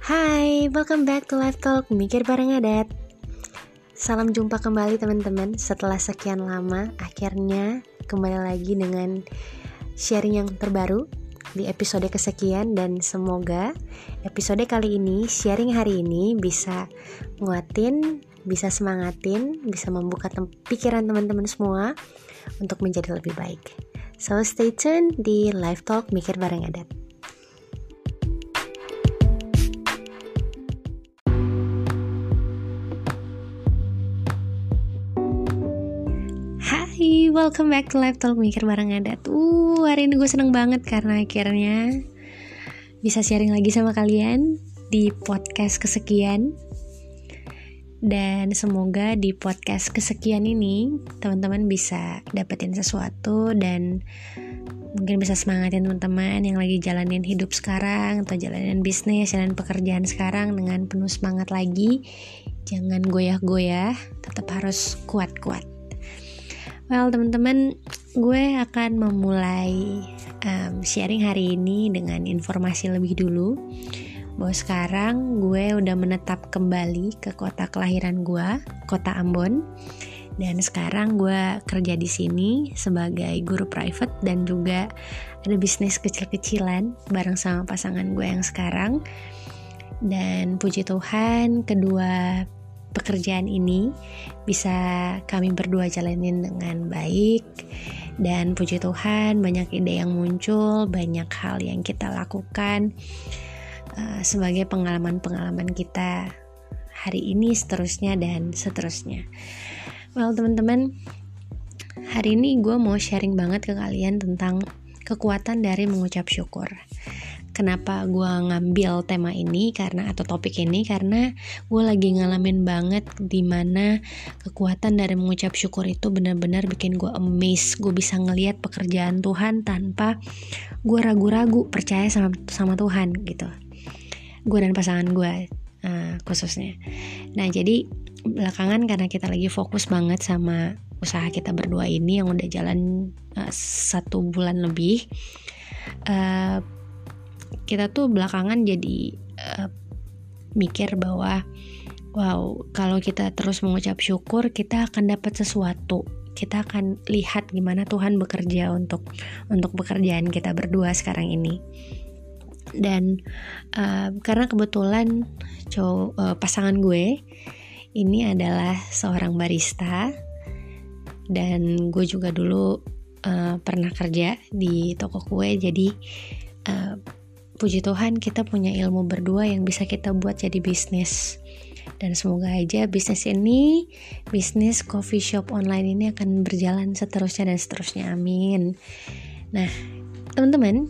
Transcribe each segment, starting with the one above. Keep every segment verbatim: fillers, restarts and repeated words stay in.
Hai, welcome back to Live Talk Mikir Bareng Adat. Salam jumpa kembali teman-teman. Setelah sekian lama, akhirnya kembali lagi dengan sharing yang terbaru di episode kesekian. Dan semoga episode kali ini, sharing hari ini bisa nguatin, bisa semangatin, bisa membuka tem- pikiran teman-teman semua untuk menjadi lebih baik. So stay tuned di Live Talk Mikir Bareng Adat. Hai, welcome back to Live Talk Mikir Bareng Adat. Uh, hari ini gue seneng banget karena akhirnya bisa sharing lagi sama kalian di podcast kesekian. Dan semoga di podcast kesekian ini teman-teman bisa dapetin sesuatu dan mungkin bisa semangatin teman-teman yang lagi jalanin hidup sekarang atau jalanin bisnis, jalanin pekerjaan sekarang dengan penuh semangat lagi. Jangan goyah-goyah, tetap harus kuat-kuat. Well teman-teman, gue akan memulai um, sharing hari ini dengan informasi lebih dulu bahwa sekarang gue udah menetap kembali ke kota kelahiran gue, kota Ambon. Dan sekarang gue kerja di sini sebagai guru private dan juga ada bisnis kecil-kecilan bareng sama pasangan gue yang sekarang. Dan puji Tuhan, kedua pekerjaan ini bisa kami berdua jalanin dengan baik. Dan puji Tuhan, banyak ide yang muncul, banyak hal yang kita lakukan uh, sebagai pengalaman-pengalaman kita hari ini, seterusnya dan seterusnya. Well teman-teman, hari ini gue mau sharing banget ke kalian tentang kekuatan dari mengucap syukur. Kenapa gue ngambil tema ini karena atau topik ini karena gue lagi ngalamin banget dimana kekuatan dari mengucap syukur itu benar-benar bikin gue amazed. Gue bisa ngelihat pekerjaan Tuhan tanpa gue ragu-ragu percaya sama sama Tuhan gitu. Gue dan pasangan gue uh, khususnya. Nah jadi belakangan karena kita lagi fokus banget sama usaha kita berdua ini yang udah jalan uh, satu bulan lebih. Uh, kita tuh belakangan jadi uh, mikir bahwa wow, kalau kita terus mengucap syukur kita akan dapat sesuatu, kita akan lihat gimana Tuhan bekerja untuk untuk pekerjaan kita berdua sekarang ini. Dan uh, karena kebetulan cow, uh, pasangan gue ini adalah seorang barista dan gue juga dulu uh, pernah kerja di toko kue, jadi uh, puji Tuhan kita punya ilmu berdua yang bisa kita buat jadi bisnis. Dan semoga aja bisnis ini, bisnis coffee shop online ini akan berjalan seterusnya dan seterusnya, amin. Nah teman-teman,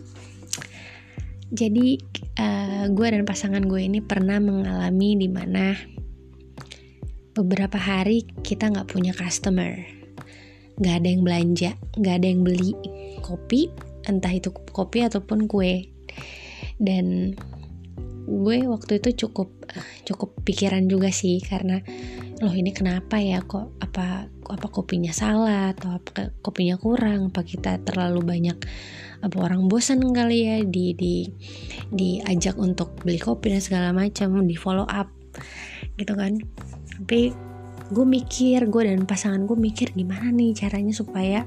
jadi uh, gue dan pasangan gue ini pernah mengalami dimana beberapa hari kita gak punya customer, gak ada yang belanja, gak ada yang beli kopi, entah itu kopi ataupun kue. Dan gue waktu itu cukup cukup pikiran juga sih, karena loh ini kenapa ya, kok apa apa kopinya salah atau apa kopinya kurang, apa kita terlalu banyak, apa orang bosan kali ya di di diajak untuk beli kopi dan segala macam, di follow up gitu kan. Tapi gue mikir, gue dan pasangan gue mikir gimana nih caranya supaya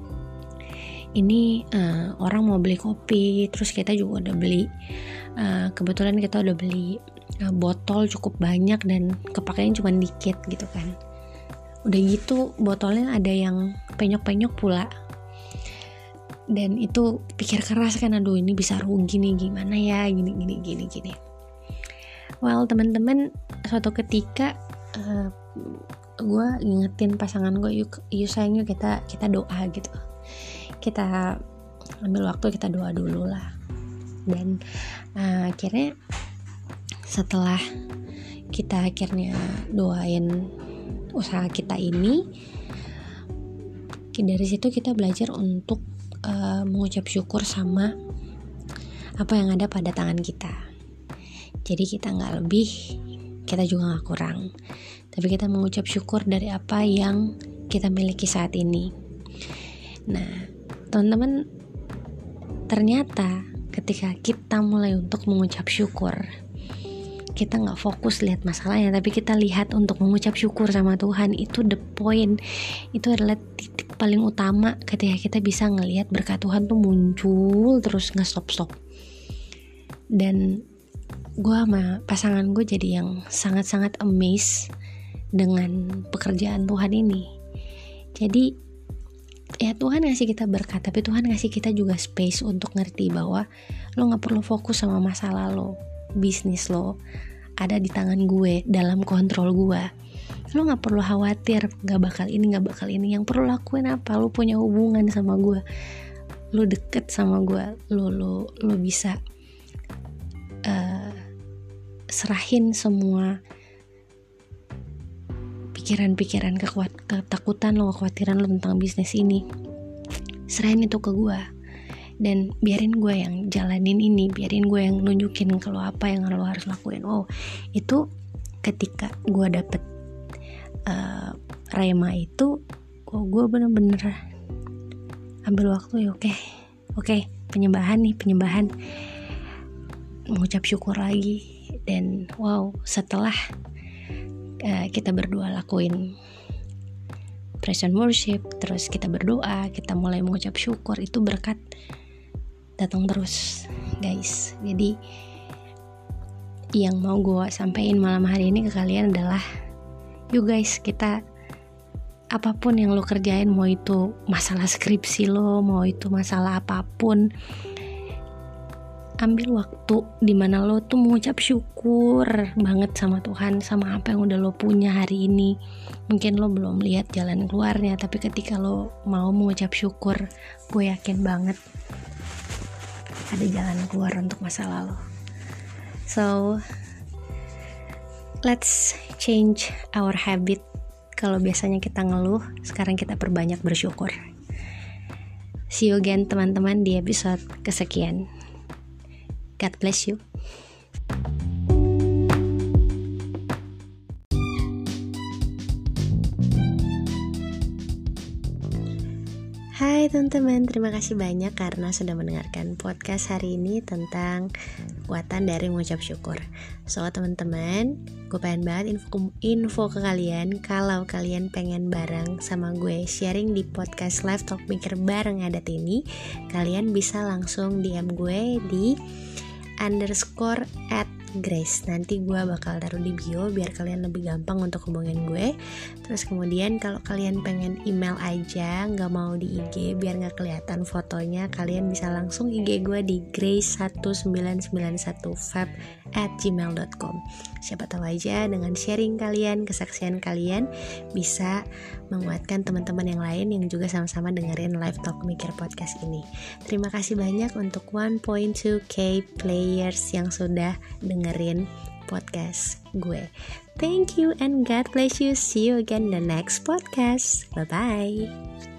ini uh, orang mau beli kopi, terus kita juga udah beli, uh, kebetulan kita udah beli uh, botol cukup banyak dan kepakaian cuma dikit gitu kan. Udah gitu botolnya ada yang penyok-penyok pula, dan itu pikir keras kan, aduh ini bisa rugi nih, gimana ya, gini gini gini gini. Well teman-teman, suatu ketika uh, gue ingetin pasangan gue, yuk, yuk sayang yuk kita kita doa gitu. Kita ambil waktu, kita doa dulu lah. Dan uh, akhirnya setelah kita akhirnya doain usaha kita ini, dari situ kita belajar untuk uh, mengucap syukur sama apa yang ada pada tangan kita. Jadi kita gak lebih, kita juga gak kurang, tapi kita mengucap syukur dari apa yang kita miliki saat ini. Nah teman-teman, ternyata ketika kita mulai untuk mengucap syukur, kita nggak fokus lihat masalahnya, tapi kita lihat untuk mengucap syukur sama Tuhan. Itu the point, itu adalah titik paling utama ketika kita bisa ngelihat berkat Tuhan tuh muncul terus nggak stop-stop. Dan gue sama pasangan gue jadi yang sangat-sangat amazed dengan pekerjaan Tuhan ini. Jadi ya Tuhan ngasih kita berkat, tapi Tuhan ngasih kita juga space untuk ngerti bahwa lo gak perlu fokus sama masalah lo. Bisnis lo ada di tangan gue, dalam kontrol gue. Lo gak perlu khawatir gak bakal ini, gak bakal ini. Yang perlu lakuin apa? Lo punya hubungan sama gue, lo deket sama gue, Lo, lo, lo bisa uh, serahin semua pikiran-pikiran, kekuat, ketakutan lo, kekhawatiran lo tentang bisnis ini, serahin itu ke gue. Dan biarin gue yang jalanin ini, biarin gue yang nunjukin ke lo apa yang lo harus lakuin. Oh, itu ketika gue dapet uh, rema itu, oh, gue bener-bener ambil waktu ya. Oke, oke, penyembahan nih, penyembahan, mengucap syukur lagi. Dan wow, setelah Uh, kita berdua lakuin praise and worship, terus kita berdoa, kita mulai mengucap syukur, itu berkat datang terus, guys. Jadi yang mau gue sampaikan malam hari ini ke kalian adalah, yuk guys, kita apapun yang lo kerjain, mau itu masalah skripsi lo, mau itu masalah apapun, ambil waktu dimana lo tuh mengucap syukur banget sama Tuhan, sama apa yang udah lo punya hari ini. Mungkin lo belum lihat jalan keluarnya, tapi ketika lo mau mengucap syukur, gue yakin banget ada jalan keluar untuk masalah lo. So let's change our habit. Kalau biasanya kita ngeluh, sekarang kita perbanyak bersyukur. See you again teman-teman di episode kesekian. God bless you. Hai teman-teman, terima kasih banyak karena sudah mendengarkan podcast hari ini tentang kekuatan dari mengucap syukur. So teman-teman, gue pengen banget info, info ke kalian. Kalau kalian pengen bareng sama gue sharing di podcast Live Talk Mikir Bareng Adat ini, kalian bisa langsung D M gue di underscore at Grace. Nanti gue bakal taruh di bio biar kalian lebih gampang untuk hubungin gue. Terus kemudian kalau kalian pengen email aja, gak mau di I G biar gak kelihatan fotonya, kalian bisa langsung I G gue di grace satu sembilan sembilan satu fab at gmail dot com. Siapa tahu aja dengan sharing kalian, kesaksian kalian bisa menguatkan teman-teman yang lain yang juga sama-sama dengerin Live Talk Mikir podcast ini. Terima kasih banyak untuk one point two k players yang sudah dengerin podcast gue. Thank you and God bless you. See you again in the next podcast. Bye-bye.